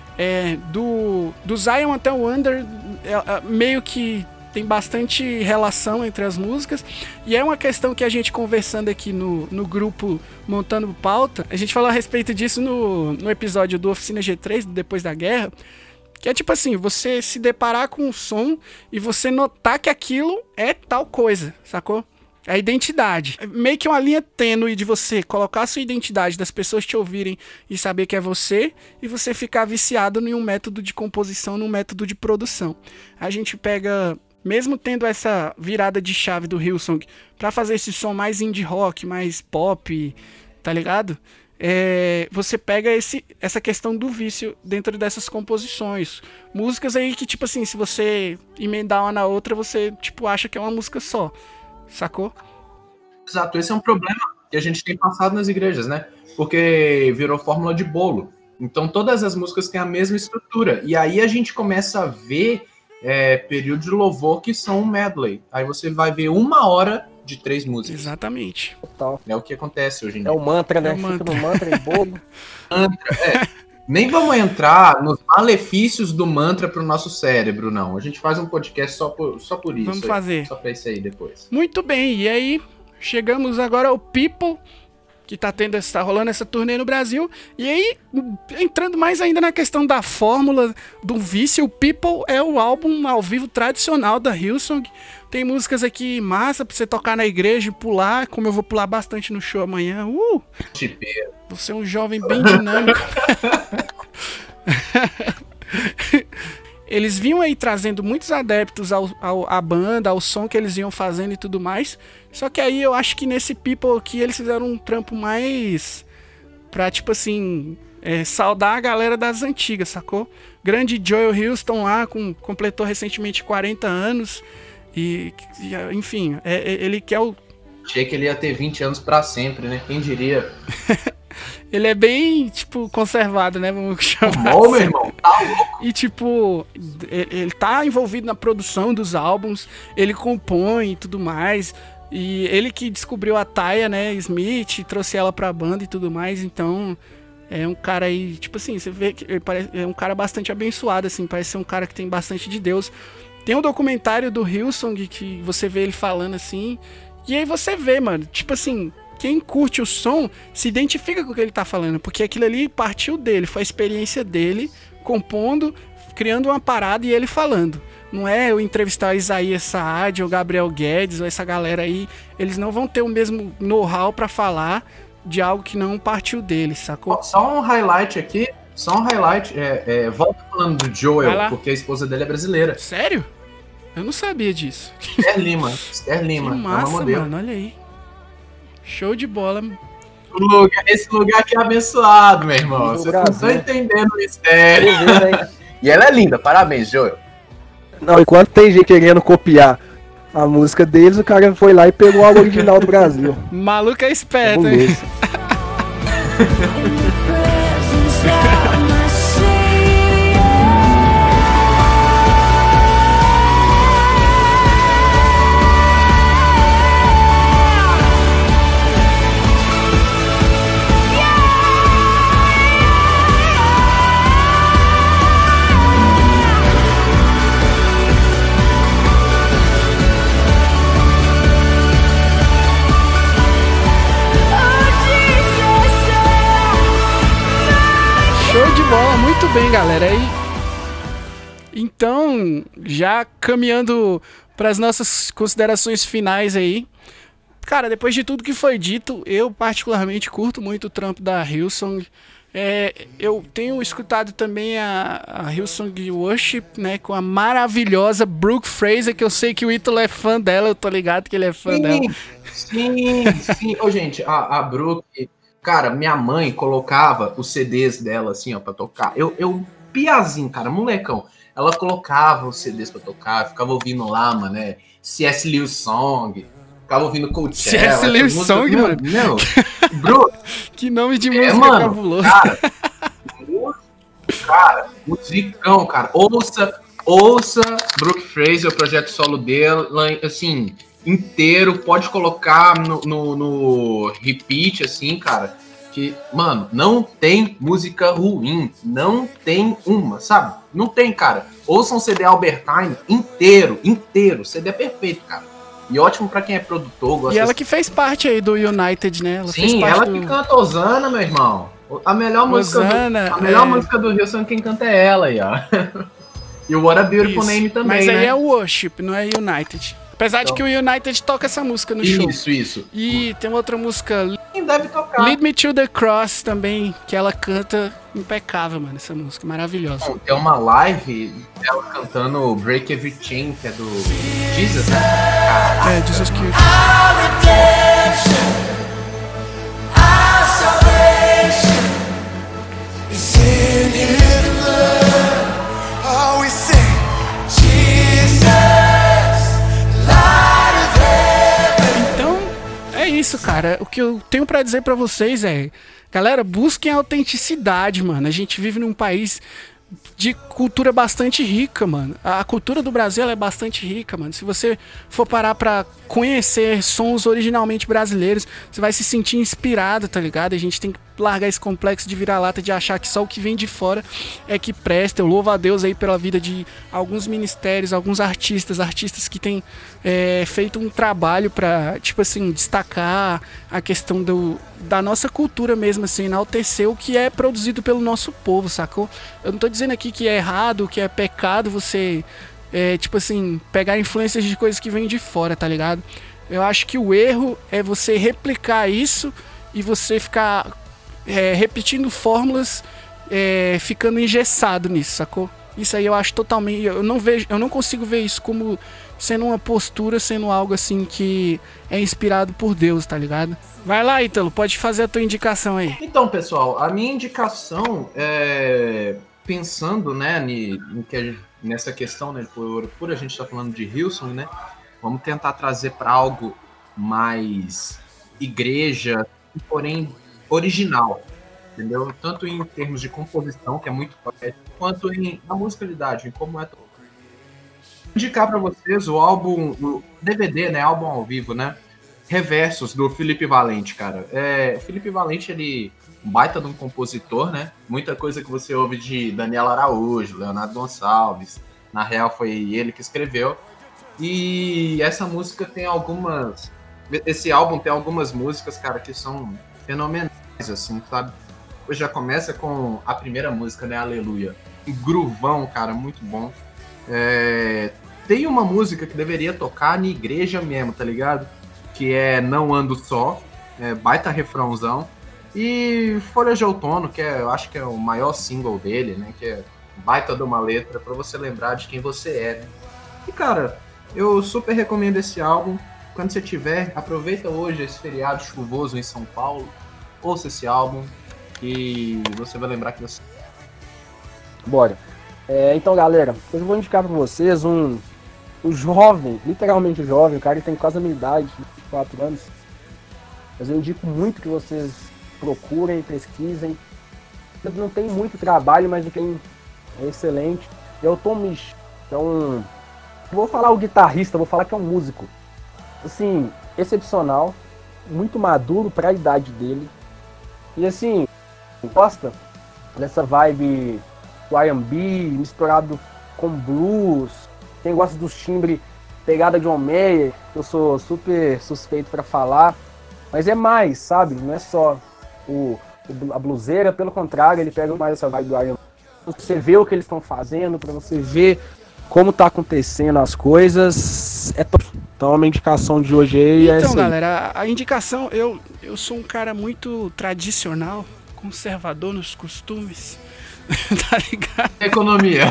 do Zion até o Wonder, meio que tem bastante relação entre as músicas. E é uma questão que a gente conversando aqui no grupo, montando pauta, a gente falou a respeito disso no episódio do Oficina G3, Depois da Guerra, que é tipo assim, você se deparar com um som e você notar que aquilo é tal coisa, sacou? A identidade. É meio que uma linha tênue de você colocar a sua identidade, das pessoas te ouvirem e saber que é você, e você ficar viciado em um método de composição, num método de produção. A gente pega, mesmo tendo essa virada de chave do Hillsong pra fazer esse som mais indie rock, mais pop, tá ligado? Você pega essa questão do vício dentro dessas composições. Músicas aí que, tipo assim, se você emendar uma na outra, você, tipo, acha que é uma música só. Sacou? Exato, esse é um problema que a gente tem passado nas igrejas, né? Porque virou fórmula de bolo. Então todas as músicas têm a mesma estrutura. E aí a gente começa a ver período de louvor que são um medley. Aí você vai ver 1 hora de 3 músicas. Exatamente. Total. É o que acontece hoje em É dia. o mantra, né? É o Fica mantra. no mantra e bobo. Nem vamos entrar nos malefícios do mantra pro nosso cérebro, não. A gente faz um podcast só por isso. Vamos aí. fazer. Só pra isso aí depois. Muito bem, e aí chegamos agora ao People, que tá rolando essa turnê no Brasil. E aí, entrando mais ainda na questão da fórmula do vício, o People é o álbum ao vivo tradicional da Hillsong. Tem músicas aqui massa pra você tocar na igreja e pular, como eu vou pular bastante no show amanhã. Chipeiro. Você é um jovem bem dinâmico. Eles vinham aí trazendo muitos adeptos à banda, ao som que eles iam fazendo e tudo mais. Só que aí eu acho que nesse People aqui eles fizeram um trampo mais pra, tipo assim, saudar a galera das antigas, sacou? Grande Joel Houston lá, completou recentemente 40 anos. Enfim, ele quer o... Achei que ele ia ter 20 anos pra sempre, né? Quem diria? Ele é bem, tipo, conservado, né? Vamos chamar Bom, assim. meu irmão, tá louco. E, tipo, ele tá envolvido na produção dos álbuns, ele compõe e tudo mais. E ele que descobriu a Taya, né, Smith, trouxe ela pra banda e tudo mais. Então, é um cara aí, tipo assim, você vê que ele é um cara bastante abençoado, assim, parece ser um cara que tem bastante de Deus. Tem um documentário do Hillsong que você vê ele falando assim, e aí você vê, mano, tipo assim, quem curte o som se identifica com o que ele tá falando, porque aquilo ali partiu dele, foi a experiência dele, compondo, criando uma parada e ele falando. Não é eu entrevistar o Isaías Saad ou Gabriel Guedes ou essa galera aí, eles não vão ter o mesmo know-how pra falar de algo que não partiu dele, sacou? Só um highlight aqui. Volta falando do Vai Joel, lá. porque a esposa dele é brasileira. Sério? Eu não sabia disso. Esther Lima. Que É uma massa, modelo. mano, olha aí. Show de bola. Esse lugar aqui é abençoado, meu irmão. Do Vocês não estão Brasil. entendendo o mistério. Você vê, né? E ela é linda, parabéns, Joel. Não, enquanto tem gente querendo copiar a música deles, o cara foi lá e pegou o álbum original do Brasil. Maluco é esperto, hein? Fabuloso. Show de bola, muito bem, galera. Então, já caminhando para as nossas considerações finais aí. Cara, depois de tudo que foi dito, eu particularmente curto muito o trampo da Hillsong. Eu tenho escutado também a Hillsong Worship, né, com a maravilhosa Brooke Fraser, que eu sei que o Ítalo é fã dela, eu tô ligado que ele é fã dela. Sim. Ô, gente, a Brooke... Cara, minha mãe colocava os CDs dela, assim, ó, pra tocar. Eu piazinho, cara, molecão. Ela colocava os CDs pra tocar, ficava ouvindo lá, mano, né? C.S. Lewis Song, ficava ouvindo Coachella. C.S. Lewis Song, mano. Meu, Brooke... Que nome de música mano, cabuloso. Cara, musicão, cara. Ouça Brooke Fraser, o projeto solo dela, assim, inteiro. Pode colocar no repeat, assim, cara. Que, mano, não tem música ruim. Não tem uma, sabe? Não tem, cara. Ouçam o CD Albertine inteiro. CD é perfeito, cara. E ótimo pra quem é produtor. Gosta E ela que fez parte aí do United, né? Ela fez Sim, parte ela do... que canta Osana, meu irmão. A melhor Osana, música do Hillsong, quem canta é ela aí, ó. E o What a Beautiful Isso. Name também, Mas né? aí é o Worship, não é United. Apesar de que o United toca essa música no show. Isso. E tem outra música, Quem deve tocar? Lead Me to the Cross, também, que ela canta impecável, mano, essa música, maravilhosa. Bom, tem uma live dela cantando Break Every Chain, que é do Jesus, né? Jesus Christ. Então, é isso, cara. O que eu tenho pra dizer pra vocês é... Galera, busquem a autenticidade, mano. A gente vive num país de cultura bastante rica, mano. A cultura do Brasil ela é bastante rica, mano. Se você for parar pra conhecer sons originalmente brasileiros, você vai se sentir inspirado, tá ligado? A gente tem que largar esse complexo de vira-lata, de achar que só o que vem de fora é que presta. Eu louvo a Deus aí pela vida de alguns ministérios, alguns artistas que têm feito um trabalho pra, tipo assim, destacar a questão da nossa cultura mesmo, assim, enaltecer o que é produzido pelo nosso povo, sacou? Eu não tô dizendo aqui que é errado, que é pecado você, tipo assim, pegar influências de coisas que vêm de fora, tá ligado? Eu acho que o erro é você replicar isso e você ficar repetindo fórmulas, ficando engessado nisso, sacou? Isso aí eu acho totalmente... Eu não consigo ver isso como sendo uma postura, sendo algo assim que é inspirado por Deus, tá ligado? Vai lá, Ítalo, pode fazer a tua indicação aí. Então, pessoal, a minha indicação pensando, né, nessa questão, né, por a gente estar falando de Hillsong, né, vamos tentar trazer para algo mais igreja, porém original, entendeu? Tanto em termos de composição, que é muito poético, quanto na musicalidade, em como é. Indicar para vocês o álbum, o DVD, né, álbum ao vivo, né, Reversos, do Felipe Valente, cara. O Felipe Valente, ele um baita de um compositor, né? Muita coisa que você ouve de Daniel Araújo, Leonardo Gonçalves, na real foi ele que escreveu. E essa música tem algumas... Esse álbum tem algumas músicas, cara, que são fenomenais, assim, sabe? Hoje já começa com a primeira música, né? Aleluia. Um gruvão, cara, muito bom. Tem uma música que deveria tocar na igreja mesmo, tá ligado? Que é Não Ando Só, baita refrãozão. E Folha de Outono, que eu acho que é o maior single dele, né? Que é baita de uma letra pra você lembrar de quem você é, né? E, cara, eu super recomendo esse álbum. Quando você tiver, aproveita hoje esse feriado chuvoso em São Paulo, ouça esse álbum e você vai lembrar que você... Bora. Então, galera, eu vou indicar pra vocês um jovem, literalmente jovem, o cara tem quase a minha idade, 24 anos. Mas eu indico muito que vocês procurem, pesquisem. Não tem muito trabalho, mas tem excelente. É o Tom Misch. Então, vou falar o guitarrista, vou falar que é um músico. Assim, excepcional, muito maduro para a idade dele. E assim, gosta dessa vibe R&B misturado com blues. Quem gosta dos timbres, pegada de John Mayer, eu sou super suspeito para falar. Mas é mais, sabe? Não é só a bluseira, pelo contrário, ele pega mais essa vibe do R&B. Você vê o que eles estão fazendo, para você ver como tá acontecendo as coisas. É top. Então a minha indicação de hoje é então, essa galera, a indicação, eu sou um cara muito tradicional, conservador nos costumes, tá ligado? Economia.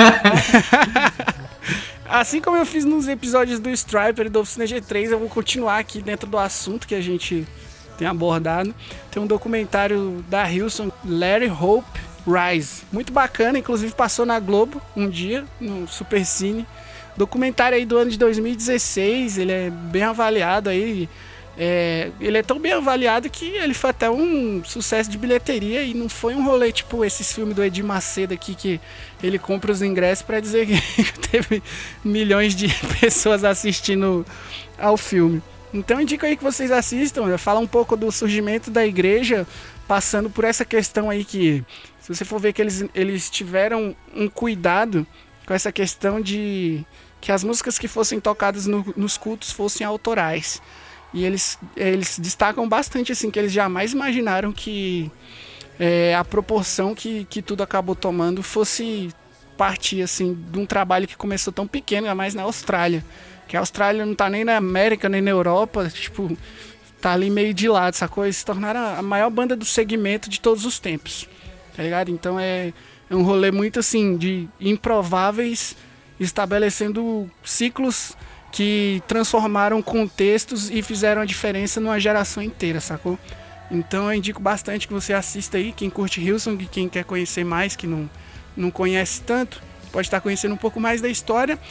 Assim como eu fiz nos episódios do Striper e do Oficina G3, eu vou continuar aqui dentro do assunto que a gente tem abordado. Tem um documentário da Hillsong, Let It Hope Rise, muito bacana, inclusive passou na Globo um dia, no Supercine. Documentário aí do ano de 2016, ele é bem avaliado aí. Ele é tão bem avaliado que ele foi até um sucesso de bilheteria e não foi um rolê tipo esses filmes do Edir Macedo aqui que ele compra os ingressos para dizer que teve milhões de pessoas assistindo ao filme. Então eu indico aí que vocês assistam, fala um pouco do surgimento da igreja, passando por essa questão aí que, se você for ver que eles tiveram um cuidado com essa questão de que as músicas que fossem tocadas nos cultos fossem autorais. E eles destacam bastante assim, que eles jamais imaginaram que a proporção que tudo acabou tomando fosse partir assim, de um trabalho que começou tão pequeno, mais na Austrália. Que a Austrália não tá nem na América, nem na Europa, tipo, tá ali meio de lado, sacou? Eles se tornaram a maior banda do segmento de todos os tempos, tá ligado? Então é um rolê muito assim, de improváveis, estabelecendo ciclos que transformaram contextos e fizeram a diferença numa geração inteira, sacou? Então eu indico bastante que você assista aí, quem curte Hillsong, quem quer conhecer mais, que não conhece tanto, pode estar conhecendo um pouco mais da história.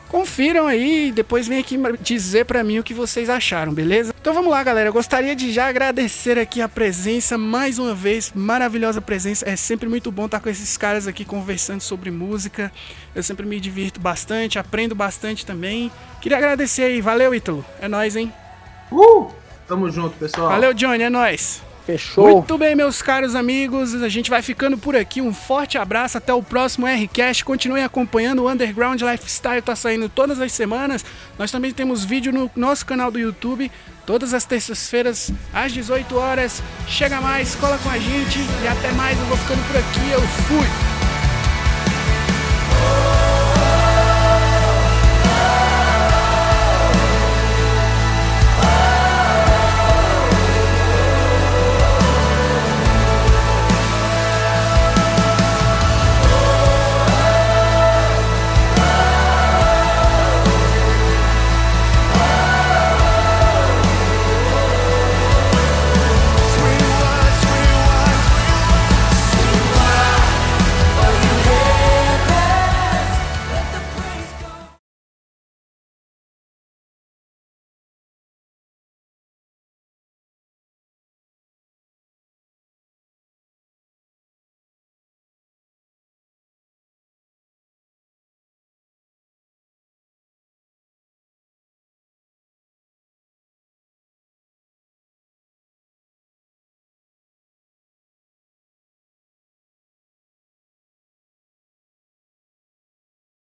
Confiram aí e depois vem aqui dizer pra mim o que vocês acharam, beleza? Então vamos lá, galera. Eu gostaria de já agradecer aqui a presença, mais uma vez, maravilhosa presença. É sempre muito bom estar com esses caras aqui conversando sobre música. Eu sempre me divirto bastante, aprendo bastante também. Queria agradecer aí. Valeu, Ítalo. É nóis, hein? Tamo junto, pessoal. Valeu, Johnny. É nóis. Fechou. Muito bem, meus caros amigos, a gente vai ficando por aqui, um forte abraço, até o próximo Rcast, continuem acompanhando o Underground Lifestyle, tá saindo todas as semanas, nós também temos vídeo no nosso canal do YouTube, todas as terças-feiras, às 18 horas, chega mais, cola com a gente, e até mais, eu vou ficando por aqui, eu fui!